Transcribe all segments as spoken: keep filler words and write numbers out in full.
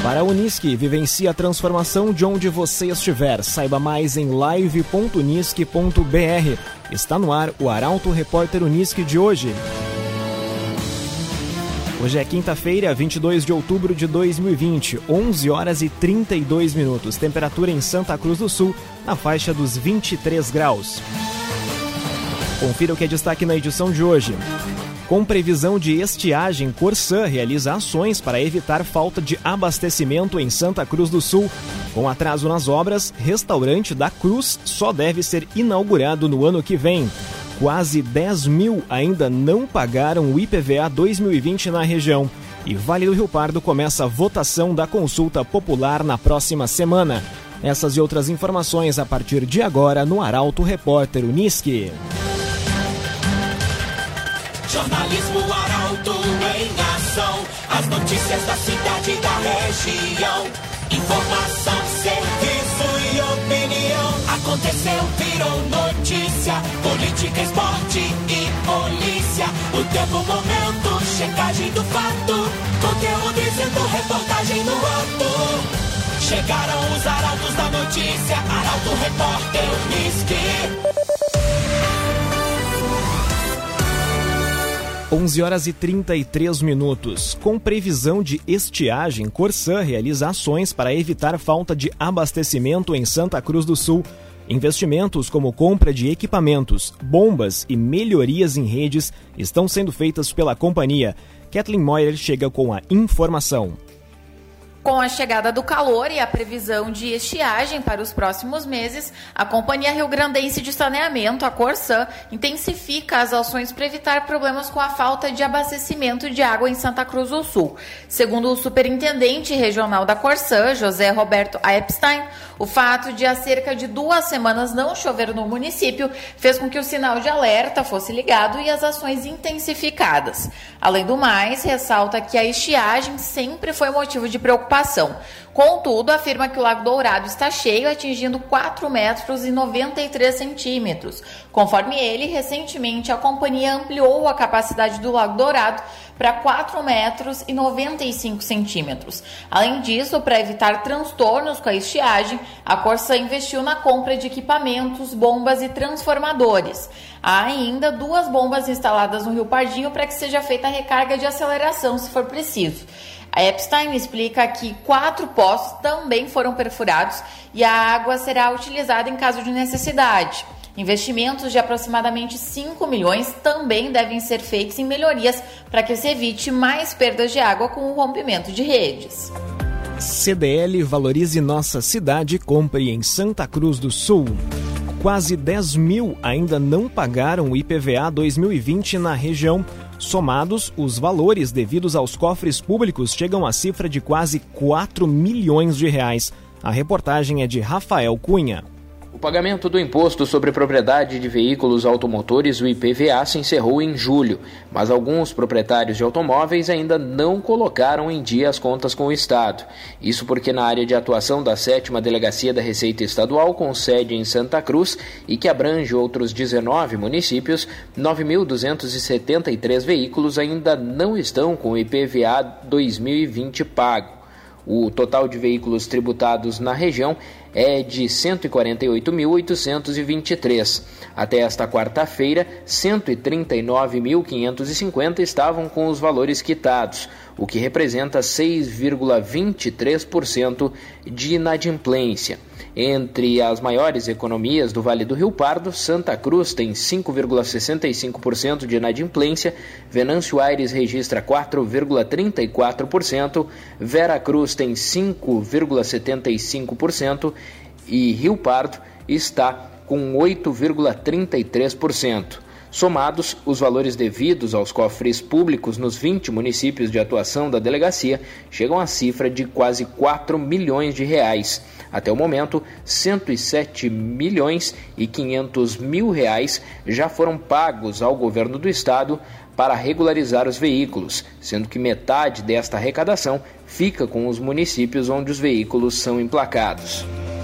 Para a Unisque, vivencie a transformação de onde você estiver. Saiba mais em live ponto unisque ponto b r. Está no ar o Arauto Repórter Unisque de hoje. Hoje é quinta-feira, vinte e dois de outubro de dois mil e vinte, onze horas e trinta e dois minutos. Temperatura em Santa Cruz do Sul, na faixa dos vinte e três graus. Confira o que é destaque na edição de hoje. Com previsão de estiagem, Corsã realiza ações para evitar falta de abastecimento em Santa Cruz do Sul. Com atraso nas obras, restaurante da Cruz só deve ser inaugurado no ano que vem. Quase dez mil ainda não pagaram o I P V A dois mil e vinte na região. E Vale do Rio Pardo começa a votação da consulta popular na próxima semana. Essas e outras informações a partir de agora no Arauto Repórter Unisque. Jornalismo Arauto em ação. As notícias da cidade e da região. Informação, serviço e opinião. Aconteceu, virou notícia. Política, esporte e polícia. O tempo, momento, checagem do fato. Conteúdo dizendo, reportagem no ato. Chegaram os arautos da notícia. Arauto Repórter Unisque. onze horas e trinta e três minutos. Com previsão de estiagem, Corsã realiza ações para evitar falta de abastecimento em Santa Cruz do Sul. Investimentos como compra de equipamentos, bombas e melhorias em redes estão sendo feitas pela companhia. Kathleen Moyer chega com a informação. Com a chegada do calor e a previsão de estiagem para os próximos meses, a Companhia Rio-Grandense de Saneamento, a Corsã, intensifica as ações para evitar problemas com a falta de abastecimento de água em Santa Cruz do Sul. Segundo o superintendente regional da Corsã, José Roberto Epstein, o fato de há cerca de duas semanas não chover no município fez com que o sinal de alerta fosse ligado e as ações intensificadas. Além do mais, ressalta que a estiagem sempre foi motivo de preocupação. Contudo, afirma que o Lago Dourado está cheio, atingindo quatro metros e noventa e três centímetros. Conforme ele, recentemente a companhia ampliou a capacidade do Lago Dourado para quatro metros e noventa e cinco centímetros. Além disso, para evitar transtornos com a estiagem, a Corsã investiu na compra de equipamentos, bombas e transformadores. Há ainda duas bombas instaladas no Rio Pardinho para que seja feita a recarga de aceleração, se for preciso. A Epstein explica que quatro poços também foram perfurados e a água será utilizada em caso de necessidade. Investimentos de aproximadamente cinco milhões também devem ser feitos em melhorias para que se evite mais perdas de água com o rompimento de redes. C D L Valorize Nossa Cidade, compre em Santa Cruz do Sul. Quase dez mil ainda não pagaram o I P V A dois mil e vinte na região. Somados, os valores devidos aos cofres públicos chegam à cifra de quase quatro milhões de reais. A reportagem é de Rafael Cunha. O pagamento do Imposto sobre Propriedade de Veículos Automotores, o I P V A, se encerrou em julho, mas alguns proprietários de automóveis ainda não colocaram em dia as contas com o Estado. Isso porque na área de atuação da sétima Delegacia da Receita Estadual, com sede em Santa Cruz e que abrange outros dezenove municípios, nove mil duzentos e setenta e três veículos ainda não estão com o I P V A dois mil e vinte pago. O total de veículos tributados na região é de cento e quarenta e oito mil oitocentos e vinte e três. Até esta quarta-feira, cento e trinta e nove mil quinhentos e cinquenta estavam com os valores quitados, o que representa seis vírgula vinte e três por cento de inadimplência. Entre as maiores economias do Vale do Rio Pardo, Santa Cruz tem cinco vírgula sessenta e cinco por cento de inadimplência, Venâncio Aires registra quatro vírgula trinta e quatro por cento, Vera Cruz tem cinco vírgula setenta e cinco por cento e Rio Pardo está com oito vírgula trinta e três por cento. Somados, os valores devidos aos cofres públicos nos vinte municípios de atuação da delegacia chegam à cifra de quase quatro milhões de reais. Até o momento, cento e sete milhões e quinhentos mil reais já foram pagos ao governo do estado para regularizar os veículos, sendo que metade desta arrecadação fica com os municípios onde os veículos são emplacados.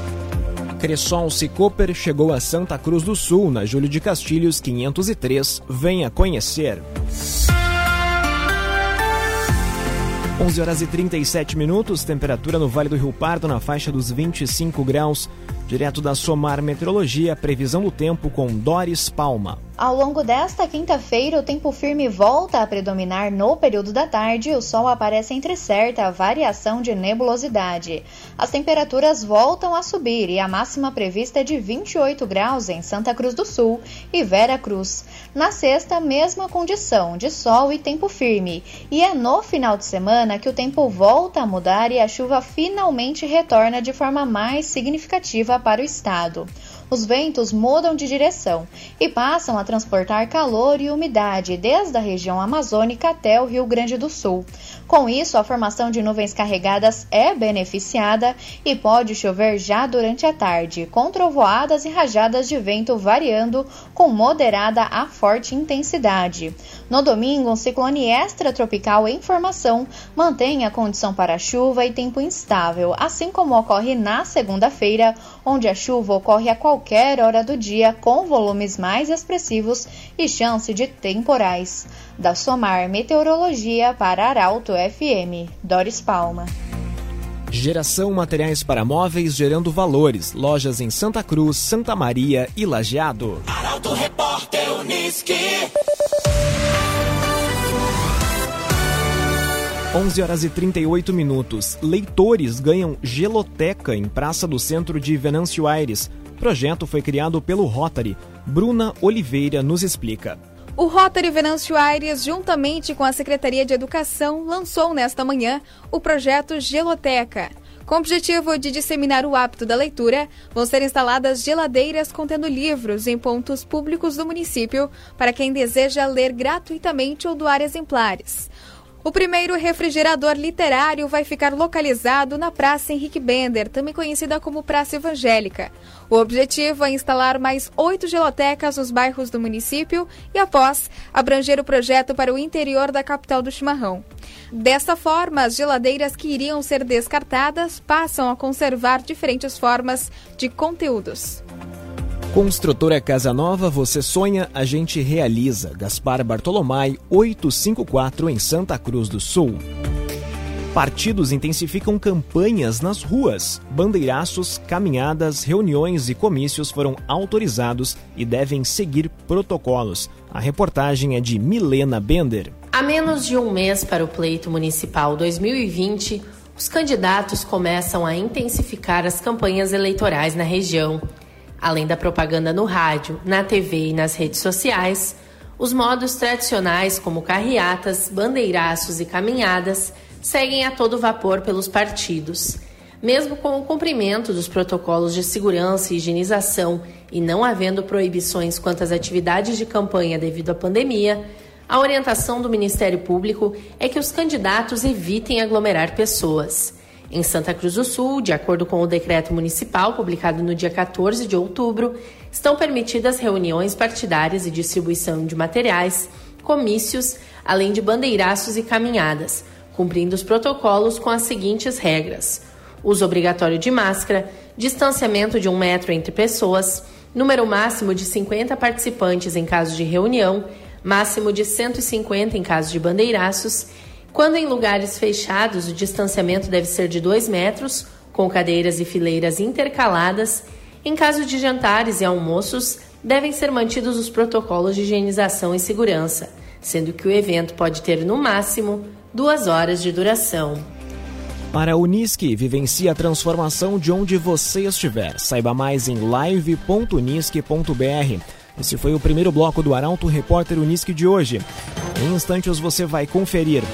Cressol Cicoper chegou a Santa Cruz do Sul, na Júlio de Castilhos quinhentos e três. Venha conhecer. onze horas e trinta e sete minutos, temperatura no Vale do Rio Pardo na faixa dos vinte e cinco graus. Direto da Somar Meteorologia, previsão do tempo com Doris Palma. Ao longo desta quinta-feira, o tempo firme volta a predominar no período da tarde e o sol aparece entre certa variação de nebulosidade. As temperaturas voltam a subir e a máxima prevista é de vinte e oito graus em Santa Cruz do Sul e Vera Cruz. Na sexta, mesma condição de sol e tempo firme. E é no final de semana que o tempo volta a mudar e a chuva finalmente retorna de forma mais significativa para o estado. Os ventos mudam de direção e passam a transportar calor e umidade desde a região amazônica até o Rio Grande do Sul. Com isso, a formação de nuvens carregadas é beneficiada e pode chover já durante a tarde, com trovoadas e rajadas de vento variando com moderada a forte intensidade. No domingo, um ciclone extratropical em formação mantém a condição para chuva e tempo instável, assim como ocorre na segunda-feira, onde a chuva ocorre a qualquer hora do dia, com volumes mais expressivos e chance de temporais. Da Somar Meteorologia para Arauto F M, Doris Palma. Geração Materiais para Móveis gerando valores. Lojas em Santa Cruz, Santa Maria e Lajeado. Arauto Repórter Unisque. onze horas e trinta e oito minutos. Leitores ganham geloteca em Praça do Centro de Venâncio Aires. O projeto foi criado pelo Rotary. Bruna Oliveira nos explica. O Rotary Venâncio Aires, juntamente com a Secretaria de Educação, lançou nesta manhã o projeto Geloteca. Com o objetivo de disseminar o hábito da leitura, vão ser instaladas geladeiras contendo livros em pontos públicos do município para quem deseja ler gratuitamente ou doar exemplares. O primeiro refrigerador literário vai ficar localizado na Praça Henrique Bender, também conhecida como Praça Evangélica. O objetivo é instalar mais oito gelotecas nos bairros do município e, após, abranger o projeto para o interior da capital do chimarrão. Dessa forma, as geladeiras que iriam ser descartadas passam a conservar diferentes formas de conteúdos. Construtora Casa Nova, você sonha, a gente realiza. Gaspar Bartolomai, oitocentos e cinquenta e quatro, em Santa Cruz do Sul. Partidos intensificam campanhas nas ruas. Bandeiraços, caminhadas, reuniões e comícios foram autorizados e devem seguir protocolos. A reportagem é de Milena Bender. Há menos de um mês para o pleito municipal dois mil e vinte, os candidatos começam a intensificar as campanhas eleitorais na região. Além da propaganda no rádio, na T V e nas redes sociais, os modos tradicionais como carreatas, bandeiraços e caminhadas seguem a todo vapor pelos partidos. Mesmo com o cumprimento dos protocolos de segurança e higienização e não havendo proibições quanto às atividades de campanha devido à pandemia, a orientação do Ministério Público é que os candidatos evitem aglomerar pessoas. Em Santa Cruz do Sul, de acordo com o decreto municipal publicado no dia quatorze de outubro, estão permitidas reuniões partidárias e distribuição de materiais, comícios, além de bandeiraços e caminhadas, cumprindo os protocolos com as seguintes regras: uso obrigatório de máscara, distanciamento de um metro entre pessoas, número máximo de cinquenta participantes em caso de reunião, máximo de cento e cinquenta em caso de bandeiraços. Quando em lugares fechados, o distanciamento deve ser de dois metros, com cadeiras e fileiras intercaladas. Em caso de jantares e almoços, devem ser mantidos os protocolos de higienização e segurança, sendo que o evento pode ter, no máximo, duas horas de duração. Para a Unisque, vivencie a transformação de onde você estiver. Saiba mais em live ponto unisque ponto b r. Esse foi o primeiro bloco do Arauto Repórter Unisque de hoje. Em instantes você vai conferir.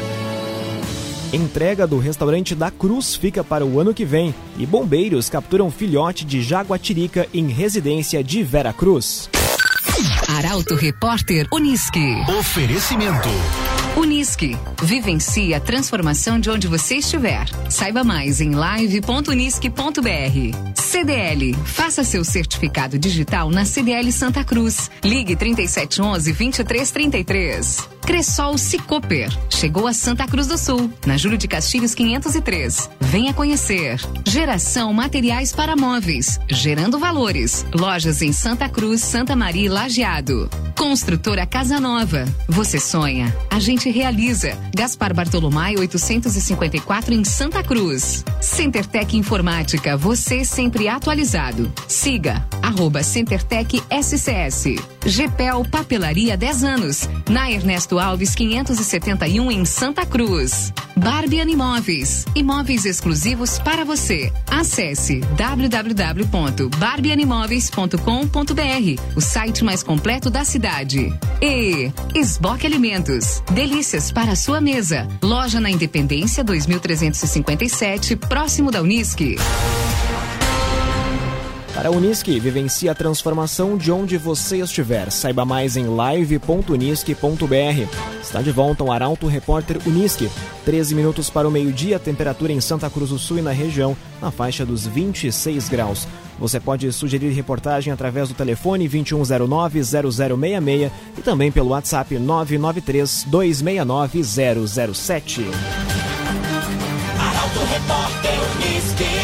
Entrega do restaurante da Cruz fica para o ano que vem e bombeiros capturam filhote de jaguatirica em residência de Vera Cruz. Arauto Repórter Unisque. Oferecimento. Unisque. Vivencie a transformação de onde você estiver. Saiba mais em live ponto unisque ponto b r. C D L. Faça seu certificado digital na C D L Santa Cruz. Ligue trinta e sete onze, vinte e três trinta e três. Cressol Cicoper. Chegou a Santa Cruz do Sul, na Júlio de Castilhos quinhentos e três. Venha conhecer. Geração Materiais para Móveis. Gerando valores. Lojas em Santa Cruz, Santa Maria e Lajeado. Construtora Casa Nova. Você sonha, a gente realiza. Gaspar Bartolomé oitocentos e cinquenta e quatro em Santa Cruz. CenterTech Informática, você sempre atualizado. Siga, arroba CenterTech S C S. G P E L Papelaria dez anos. Na Ernesto Alves quinhentos e setenta e um em Santa Cruz. Barbian Imóveis. Imóveis exclusivos para você. Acesse w w w ponto barbian imóveis ponto com ponto b r, o site mais completo da cidade. E Esboque Alimentos. Delícias para a sua mesa. Loja na Independência dois mil trezentos e cinquenta e sete, próximo da Unisque. Para a Unisque, vivencie a transformação de onde você estiver. Saiba mais em live ponto unisque ponto b r. Está de volta o Arauto Repórter Unisque. treze minutos para o meio-dia, temperatura em Santa Cruz do Sul e na região, na faixa dos vinte e seis graus. Você pode sugerir reportagem através do telefone vinte e um zero nove, zero zero seis seis e também pelo WhatsApp nove nove três, dois seis nove, zero zero sete. Arauto Repórter Unisque.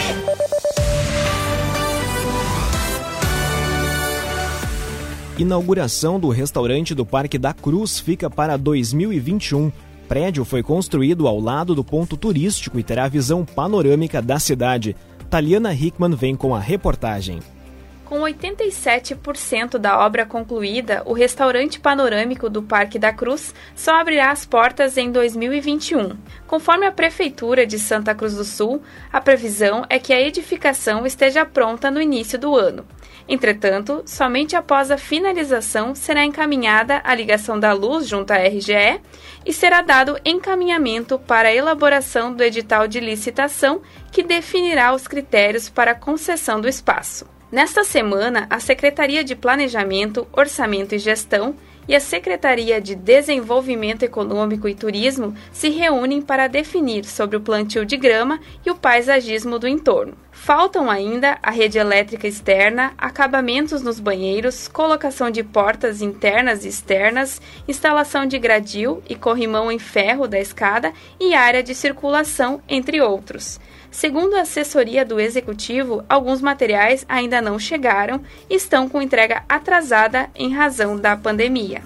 Inauguração do restaurante do Parque da Cruz fica para dois mil e vinte e um. Prédio foi construído ao lado do ponto turístico e terá visão panorâmica da cidade. Taliana Hickman vem com a reportagem. Com oitenta e sete por cento da obra concluída, o restaurante panorâmico do Parque da Cruz só abrirá as portas em dois mil e vinte e um. Conforme a Prefeitura de Santa Cruz do Sul, a previsão é que a edificação esteja pronta no início do ano. Entretanto, somente após a finalização será encaminhada a ligação da luz junto à R G E e será dado encaminhamento para a elaboração do edital de licitação que definirá os critérios para a concessão do espaço. Nesta semana, a Secretaria de Planejamento, Orçamento e Gestão e a Secretaria de Desenvolvimento Econômico e Turismo se reúnem para definir sobre o plantio de grama e o paisagismo do entorno. Faltam ainda a rede elétrica externa, acabamentos nos banheiros, colocação de portas internas e externas, instalação de gradil e corrimão em ferro da escada e área de circulação, entre outros. Segundo a assessoria do Executivo, alguns materiais ainda não chegaram e estão com entrega atrasada em razão da pandemia.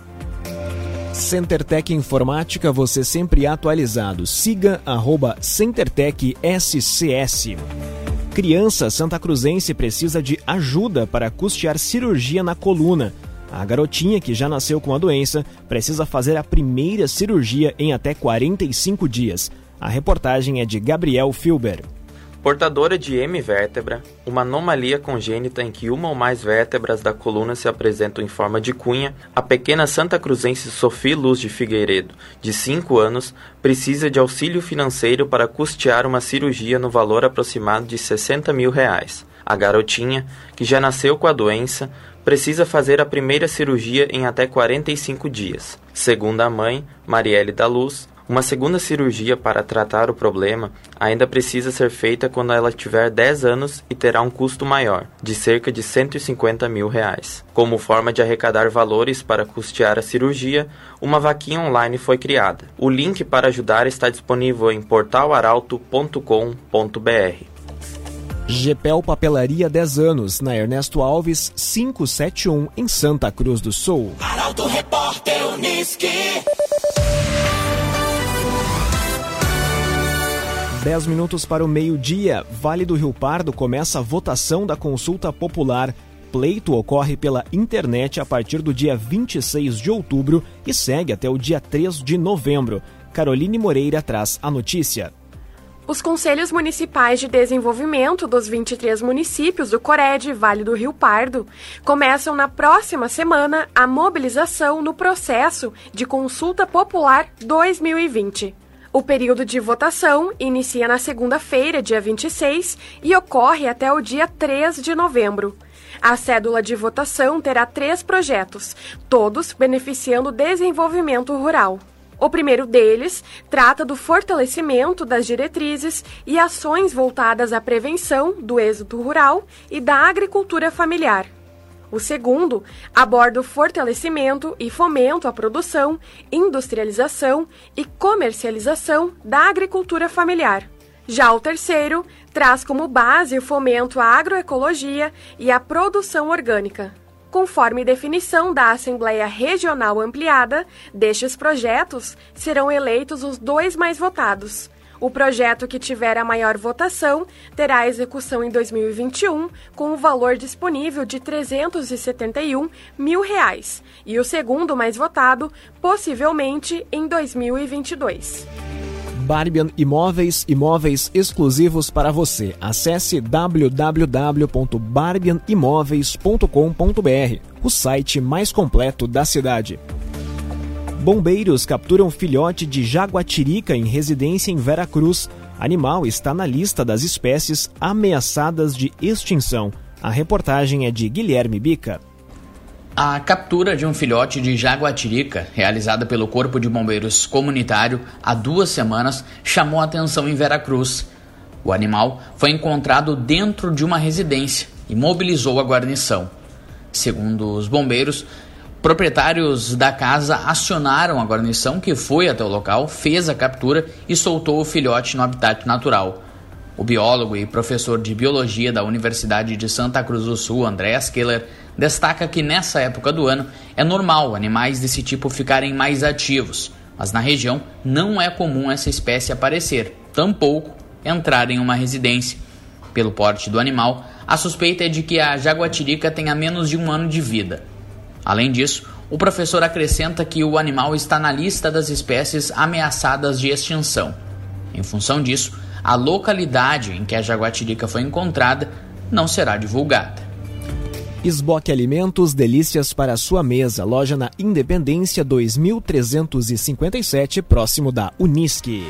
CenterTech Informática, você sempre atualizado. Siga arroba CenterTech S C S. Criança santacruzense precisa de ajuda para custear cirurgia na coluna. A garotinha, que já nasceu com a doença, precisa fazer a primeira cirurgia em até quarenta e cinco dias. A reportagem é de Gabriel Filber. Portadora de hemivértebra, uma anomalia congênita em que uma ou mais vértebras da coluna se apresentam em forma de cunha, a pequena santacruzense Sofia Luz de Figueiredo, de cinco anos, precisa de auxílio financeiro para custear uma cirurgia no valor aproximado de sessenta mil reais. A garotinha, que já nasceu com a doença, precisa fazer a primeira cirurgia em até quarenta e cinco dias. Segundo a mãe, Marielle da Luz, uma segunda cirurgia para tratar o problema ainda precisa ser feita quando ela tiver dez anos e terá um custo maior, de cerca de cento e cinquenta mil reais. Como forma de arrecadar valores para custear a cirurgia, uma vaquinha online foi criada. O link para ajudar está disponível em portal arauto ponto com ponto b r. G P E L Papelaria dez anos, na Ernesto Alves quinhentos e setenta e um, em Santa Cruz do Sul. Arauto Repórter Unisque. dez minutos para o meio-dia, Vale do Rio Pardo começa a votação da consulta popular. Pleito ocorre pela internet a partir do dia vinte e seis de outubro e segue até o dia três de novembro. Caroline Moreira traz a notícia. Os Conselhos Municipais de Desenvolvimento dos vinte e três municípios do Cored, Vale do Rio Pardo, começam na próxima semana a mobilização no processo de Consulta Popular dois mil e vinte. O período de votação inicia na segunda-feira, dia vinte e seis, e ocorre até o dia três de novembro. A cédula de votação terá três projetos, todos beneficiando o desenvolvimento rural. O primeiro deles trata do fortalecimento das diretrizes e ações voltadas à prevenção do êxodo rural e da agricultura familiar. O segundo aborda o fortalecimento e fomento à produção, industrialização e comercialização da agricultura familiar. Já o terceiro traz como base o fomento à agroecologia e à produção orgânica. Conforme definição da Assembleia Regional Ampliada, destes projetos serão eleitos os dois mais votados. O projeto que tiver a maior votação terá execução em dois mil e vinte e um, com o valor disponível de trezentos e setenta e um mil reais, e o segundo mais votado, possivelmente, em dois mil e vinte e dois. Barbian Imóveis, imóveis exclusivos para você. Acesse w w w ponto barbian imóveis ponto com ponto b r, o site mais completo da cidade. Bombeiros capturam filhote de jaguatirica em residência em Veracruz. Animal está na lista das espécies ameaçadas de extinção. A reportagem é de Guilherme Bica. A captura de um filhote de jaguatirica, realizada pelo Corpo de Bombeiros Comunitário há duas semanas, chamou a atenção em Veracruz. O animal foi encontrado dentro de uma residência e mobilizou a guarnição. Segundo os bombeiros, proprietários da casa acionaram a guarnição, que foi até o local, fez a captura e soltou o filhote no habitat natural. O biólogo e professor de biologia da Universidade de Santa Cruz do Sul, Andreas Keller, destaca que nessa época do ano é normal animais desse tipo ficarem mais ativos, mas na região não é comum essa espécie aparecer, tampouco entrar em uma residência. Pelo porte do animal, a suspeita é de que a jaguatirica tenha menos de um ano de vida. Além disso, o professor acrescenta que o animal está na lista das espécies ameaçadas de extinção. Em função disso, a localidade em que a jaguatirica foi encontrada não será divulgada. Esboque Alimentos, delícias para a sua mesa. Loja na Independência dois mil trezentos e cinquenta e sete, próximo da Unisque.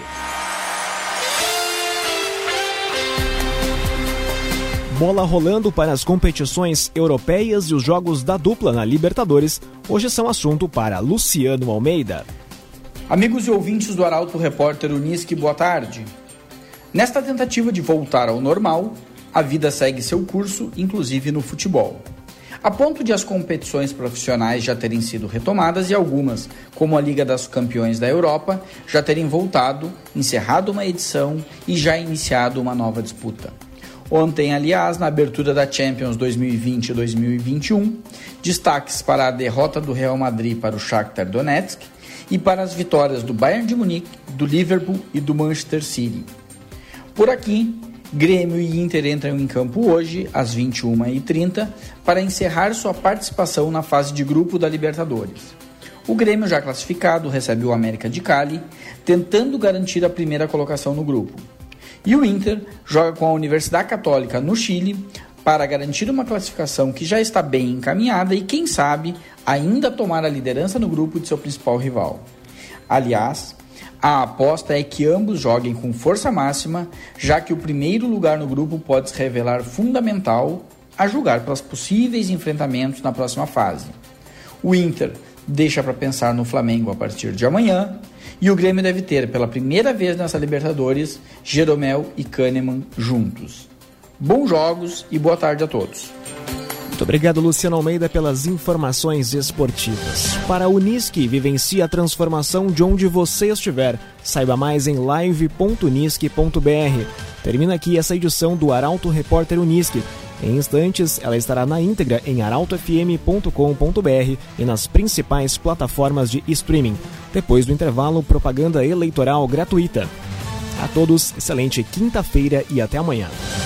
Bola rolando para as competições europeias e os jogos da dupla na Libertadores hoje são assunto para Luciano Almeida. Amigos e ouvintes do Arauto Repórter Unisque, boa tarde. Nesta tentativa de voltar ao normal, a vida segue seu curso, inclusive no futebol. A ponto de as competições profissionais já terem sido retomadas e algumas, como a Liga das Campeões da Europa, já terem voltado, encerrado uma edição e já iniciado uma nova disputa. Ontem, aliás, na abertura da Champions dois mil e vinte dois mil e vinte e um, destaques para a derrota do Real Madrid para o Shakhtar Donetsk e para as vitórias do Bayern de Munique, do Liverpool e do Manchester City. Por aqui, Grêmio e Inter entram em campo hoje, às vinte e uma e trinta, para encerrar sua participação na fase de grupo da Libertadores. O Grêmio, já classificado, recebe o América de Cali, tentando garantir a primeira colocação no grupo. E o Inter joga com a Universidade Católica no Chile para garantir uma classificação que já está bem encaminhada e, quem sabe, ainda tomar a liderança no grupo de seu principal rival. Aliás, a aposta é que ambos joguem com força máxima, já que o primeiro lugar no grupo pode se revelar fundamental a julgar pelos possíveis enfrentamentos na próxima fase. O Inter deixa para pensar no Flamengo a partir de amanhã, e o Grêmio deve ter, pela primeira vez nessa Libertadores, Jeromel e Kahneman juntos. Bons jogos e boa tarde a todos. Muito obrigado, Luciano Almeida, pelas informações esportivas. Para a Unisque, vivencie a transformação de onde você estiver. Saiba mais em live ponto unisque ponto b r. Termina aqui essa edição do Arauto Repórter Unisque. Em instantes, ela estará na íntegra em arauto f m ponto com ponto b r e nas principais plataformas de streaming. Depois do intervalo, propaganda eleitoral gratuita. A todos, excelente quinta-feira e até amanhã.